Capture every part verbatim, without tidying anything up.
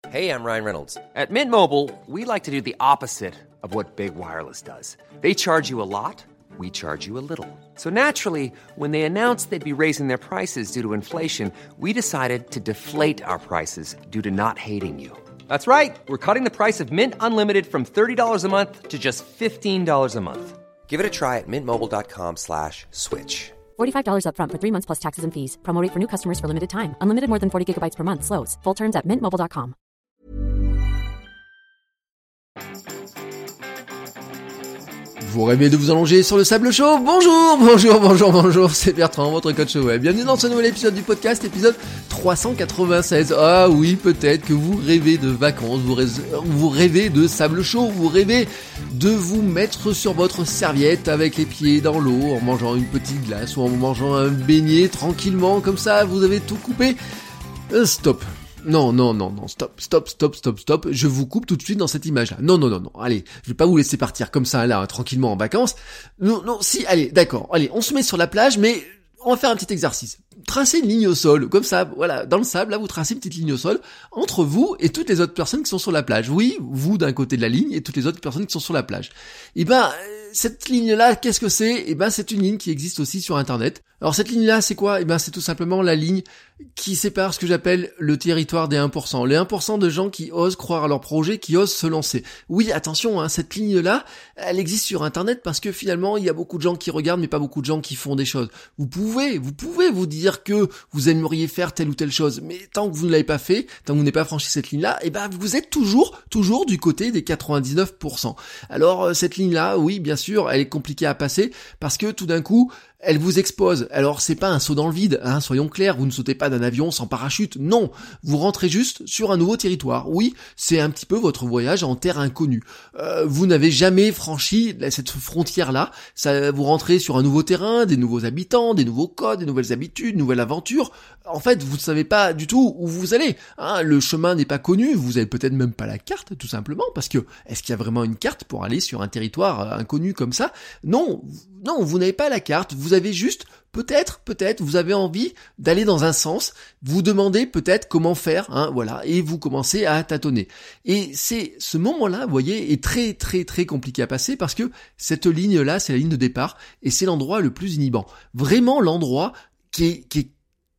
Hey, I'm Ryan Reynolds. At Mint Mobile, we like to do the opposite of what Big Wireless does. They charge you a lot, we charge you a little. So naturally, when they announced they'd be raising their prices due to inflation, we decided to deflate our prices due to not hating you. That's right. We're cutting the price of Mint Unlimited from thirty dollars a month to just fifteen dollars a month. Give it a try at mintmobile.com slash switch. forty-five dollars up front for three months plus taxes and fees. Promo rate for new customers for limited time. Unlimited more than forty gigabytes per month. Slows full terms at mint mobile dot com. Vous rêvez de vous allonger sur le sable chaud? Bonjour, bonjour, bonjour, bonjour, c'est Bertrand, votre coach web. Bienvenue dans ce nouvel épisode du podcast, épisode trois cent quatre-vingt-seize. Ah oui, peut-être que vous rêvez de vacances, vous rêvez, vous rêvez de sable chaud, vous rêvez de vous mettre sur votre serviette avec les pieds dans l'eau en mangeant une petite glace ou en mangeant un beignet tranquillement, comme ça, vous avez tout coupé. Euh, stop. Non, non, non, non, stop, stop, stop, stop, stop, je vous coupe tout de suite dans cette image-là. Non, non, non, non, allez, je vais pas vous laisser partir comme ça, là, hein, tranquillement en vacances. Non, non, si, allez, d'accord, allez, on se met sur la plage, mais on va faire un petit exercice. Tracez une ligne au sol, comme ça, voilà, dans le sable, là, vous tracez une petite ligne au sol, entre vous et toutes les autres personnes qui sont sur la plage. Oui, vous d'un côté de la ligne et toutes les autres personnes qui sont sur la plage. Et ben, cette ligne-là, qu'est-ce que c'est? Eh ben, c'est une ligne qui existe aussi sur Internet. Alors, cette ligne-là, c'est quoi? Eh ben, c'est tout simplement la ligne qui sépare ce que j'appelle le territoire des un pour cent. Les un pour cent de gens qui osent croire à leur projet, qui osent se lancer. Oui, attention, hein, cette ligne-là, elle existe sur Internet parce que finalement, il y a beaucoup de gens qui regardent, mais pas beaucoup de gens qui font des choses. Vous pouvez, vous pouvez vous dire que vous aimeriez faire telle ou telle chose, mais tant que vous ne l'avez pas fait, tant que vous n'avez pas franchi cette ligne-là, eh ben, vous êtes toujours, toujours du côté des quatre-vingt-dix-neuf pour cent. Alors, cette ligne-là, oui, bien sûr, elle est compliquée à passer parce que tout d'un coup, elle vous expose. Alors c'est pas un saut dans le vide, hein, soyons clairs, vous ne sautez pas d'un avion sans parachute, non, vous rentrez juste sur un nouveau territoire. Oui, c'est un petit peu votre voyage en terre inconnue. Euh, vous n'avez jamais franchi cette frontière-là, ça, vous rentrez sur un nouveau terrain, des nouveaux habitants, des nouveaux codes, des nouvelles habitudes, une nouvelle aventure. En fait, vous ne savez pas du tout où vous allez. Hein, le chemin n'est pas connu, vous avez peut-être même pas la carte, tout simplement, parce que est-ce qu'il y a vraiment une carte pour aller sur un territoire inconnu comme ça? Non, non, vous n'avez pas la carte, vous avez juste, peut-être, peut-être, vous avez envie d'aller dans un sens, vous demandez peut-être comment faire, hein, voilà, et vous commencez à tâtonner. Et c'est ce moment-là, vous voyez, est très, très, très compliqué à passer parce que cette ligne-là, c'est la ligne de départ et c'est l'endroit le plus inhibant. Vraiment l'endroit qui est, qui est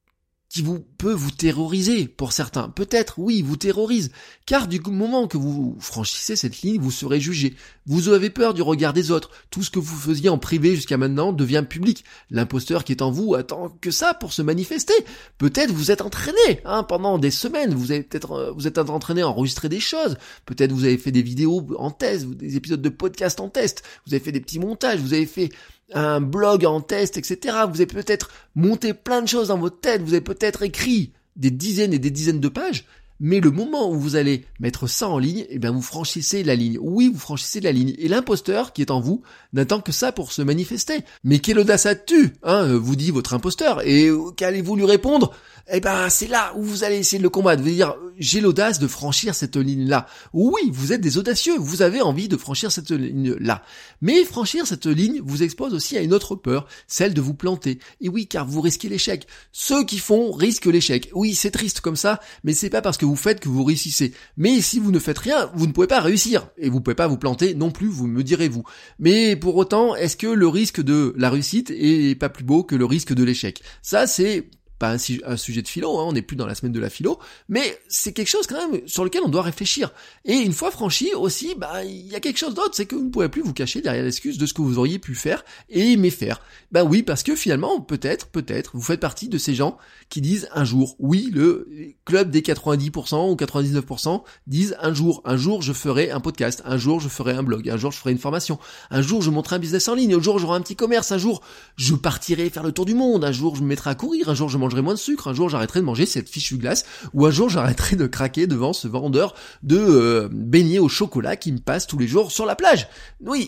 qui vous peut vous terroriser pour certains. Peut-être, oui, vous terrorise. Car du moment que vous franchissez cette ligne, vous serez jugé. Vous avez peur du regard des autres. Tout ce que vous faisiez en privé jusqu'à maintenant devient public. L'imposteur qui est en vous attend que ça pour se manifester. Peut-être vous êtes entraîné, hein, pendant des semaines. Vous avez peut-être, vous êtes entraîné à enregistrer des choses. Peut-être vous avez fait des vidéos en test, des épisodes de podcast en test. Vous avez fait des petits montages. Vous avez fait un blog en test, et cetera. Vous avez peut-être monté plein de choses dans votre tête, vous avez peut-être écrit des dizaines et des dizaines de pages, mais le moment où vous allez mettre ça en ligne, eh bien vous franchissez la ligne. Oui, vous franchissez la ligne. Et l'imposteur qui est en vous n'attend que ça pour se manifester. Mais quelle audace as-tu, hein, vous dit votre imposteur. Et qu'allez-vous lui répondre? Eh ben, c'est là où vous allez essayer de le combattre. Vous allez dire, j'ai l'audace de franchir cette ligne-là. Oui, vous êtes des audacieux. Vous avez envie de franchir cette ligne-là. Mais franchir cette ligne vous expose aussi à une autre peur, celle de vous planter. Et oui, car vous risquez l'échec. Ceux qui font risquent l'échec. Oui, c'est triste comme ça, mais c'est pas parce que vous faites que vous réussissez. Mais si vous ne faites rien, vous ne pouvez pas réussir. Et vous pouvez pas vous planter non plus, vous me direz-vous. Mais pour autant, est-ce que le risque de la réussite est pas plus beau que le risque de l'échec? Ça, c'est pas un, un sujet de philo, hein, on n'est plus dans la semaine de la philo, mais c'est quelque chose quand même sur lequel on doit réfléchir. Et une fois franchi aussi, bah il y a quelque chose d'autre, c'est que vous ne pourrez plus vous cacher derrière l'excuse de ce que vous auriez pu faire et aimer faire. Bah oui, parce que finalement, peut-être, peut-être, vous faites partie de ces gens qui disent un jour, oui, le club des quatre-vingt-dix pour cent ou quatre-vingt-dix-neuf pour cent disent un jour, un jour je ferai un podcast, un jour je ferai un blog, un jour je ferai une formation, un jour je monterai un business en ligne, un jour j'aurai un petit commerce, un jour je partirai faire le tour du monde, un jour je me mettrai à courir, un jour je mangerai moins de sucre, un jour j'arrêterai de manger cette fichue glace, ou un jour j'arrêterai de craquer devant ce vendeur de euh, beignets au chocolat qui me passe tous les jours sur la plage. Oui,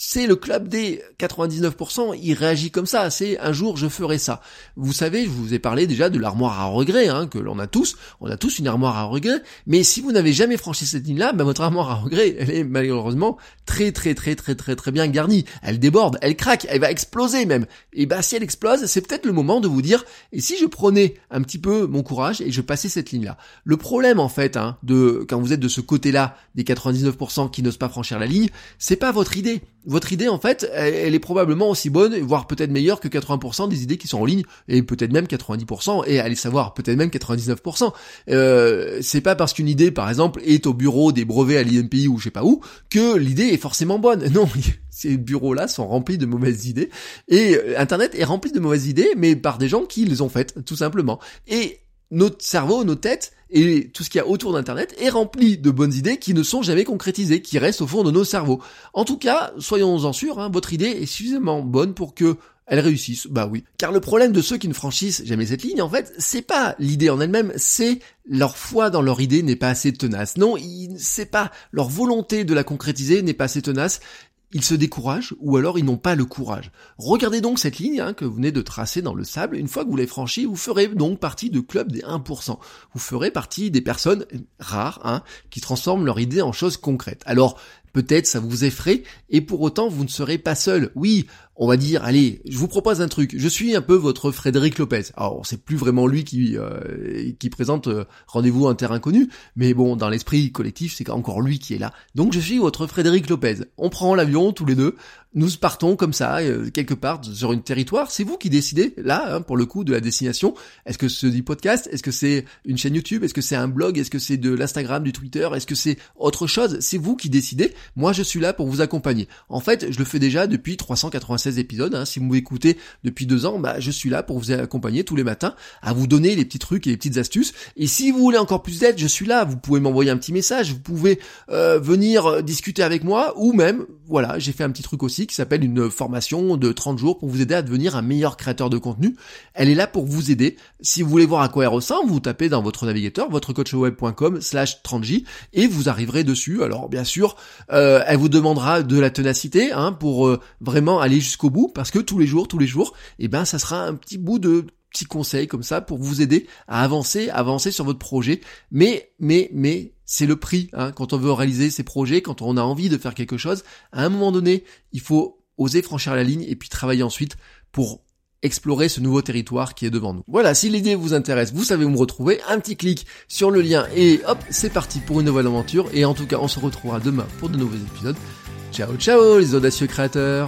c'est le club des quatre-vingt-dix-neuf pour cent, il réagit comme ça, c'est un jour je ferai ça. Vous savez, je vous ai parlé déjà de l'armoire à regret, hein, que l'on a tous, on a tous une armoire à regret, mais si vous n'avez jamais franchi cette ligne-là, ben votre armoire à regret, elle est malheureusement très très très très très très bien garnie. Elle déborde, elle craque, elle va exploser même. Et ben si elle explose, c'est peut-être le moment de vous dire, et si je prenais un petit peu mon courage et je passais cette ligne-là. Le problème en fait, hein, de quand vous êtes de ce côté-là des quatre-vingt-dix-neuf pour cent qui n'osent pas franchir la ligne, c'est pas votre idée. Votre idée, en fait, elle, elle est probablement aussi bonne, voire peut-être meilleure que quatre-vingts pour cent des idées qui sont en ligne, et peut-être même quatre-vingt-dix pour cent, et allez savoir, peut-être même quatre-vingt-dix-neuf pour cent. Euh, c'est pas parce qu'une idée, par exemple, est au bureau des brevets à l'I N P I ou je sais pas où, que l'idée est forcément bonne. Non, ces bureaux-là sont remplis de mauvaises idées, et Internet est rempli de mauvaises idées, mais par des gens qui les ont faites, tout simplement. Et notre cerveau, nos têtes, et tout ce qu'il y a autour d'Internet est rempli de bonnes idées qui ne sont jamais concrétisées, qui restent au fond de nos cerveaux. En tout cas, soyons-en sûrs, hein, votre idée est suffisamment bonne pour que elle réussisse. Bah oui. Car le problème de ceux qui ne franchissent jamais cette ligne, en fait, c'est pas l'idée en elle-même, c'est leur foi dans leur idée n'est pas assez tenace. Non, c'est pas leur volonté de la concrétiser n'est pas assez tenace. Ils se découragent ou alors ils n'ont pas le courage. Regardez donc cette ligne hein, que vous venez de tracer dans le sable. Une fois que vous l'avez franchie, vous ferez donc partie du club des un pour cent. Vous ferez partie des personnes rares hein, qui transforment leur idée en choses concrètes. Alors, peut-être ça vous effraie et pour autant vous ne serez pas seul. Oui, on va dire, allez, je vous propose un truc. Je suis un peu votre Frédéric Lopez. Alors, c'est plus vraiment lui qui euh, qui présente euh, Rendez-vous un terrain connu, mais bon, dans l'esprit collectif, c'est encore lui qui est là. Donc, je suis votre Frédéric Lopez. On prend l'avion tous les deux. Nous partons comme ça, euh, quelque part sur une territoire. C'est vous qui décidez, là, hein, pour le coup, de la destination. Est-ce que c'est du podcast? Est-ce que c'est une chaîne YouTube? Est-ce que c'est un blog? Est-ce que c'est de l'Instagram, du Twitter? Est-ce que c'est autre chose? C'est vous qui décidez. Moi, je suis là pour vous accompagner. En fait, je le fais déjà depuis trois cent quatre-vingt-seize épisodes. Hein. Si vous m'écoutez depuis deux ans, bah, je suis là pour vous accompagner tous les matins, à vous donner les petits trucs et les petites astuces. Et si vous voulez encore plus d'aide, je suis là. Vous pouvez m'envoyer un petit message. Vous pouvez euh, venir discuter avec moi ou même, voilà, j'ai fait un petit truc aussi qui s'appelle une formation de trente jours pour vous aider à devenir un meilleur créateur de contenu. Elle est là pour vous aider. Si vous voulez voir à quoi elle ressemble, vous tapez dans votre navigateur votrecoachweb.com slash 30j et vous arriverez dessus. Alors bien sûr, euh, elle vous demandera de la ténacité hein, pour euh, vraiment aller jusqu'au bout parce que tous les jours, tous les jours, eh ben ça sera un petit bout de petits conseils comme ça pour vous aider à avancer, à avancer sur votre projet. Mais, mais, mais, c'est le prix, hein, quand on veut réaliser ses projets, quand on a envie de faire quelque chose. À un moment donné, il faut oser franchir la ligne et puis travailler ensuite pour explorer ce nouveau territoire qui est devant nous. Voilà, si l'idée vous intéresse, vous savez où me retrouver. Un petit clic sur le lien et hop, c'est parti pour une nouvelle aventure. Et en tout cas, on se retrouvera demain pour de nouveaux épisodes. Ciao, ciao les audacieux créateurs.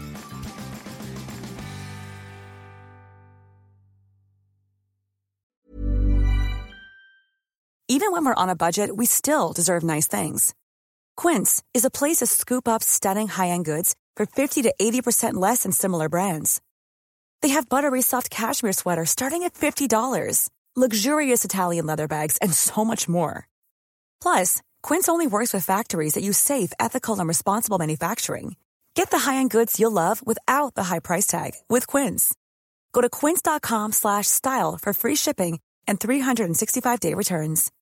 Even when we're on a budget, we still deserve nice things. Quince is a place to scoop up stunning high-end goods for fifty to eighty percent less than similar brands. They have buttery soft cashmere sweaters starting at fifty dollars, luxurious Italian leather bags, and so much more. Plus, Quince only works with factories that use safe, ethical, and responsible manufacturing. Get the high-end goods you'll love without the high price tag with Quince. Go to quince.com slash style for free shipping and three sixty-five day returns.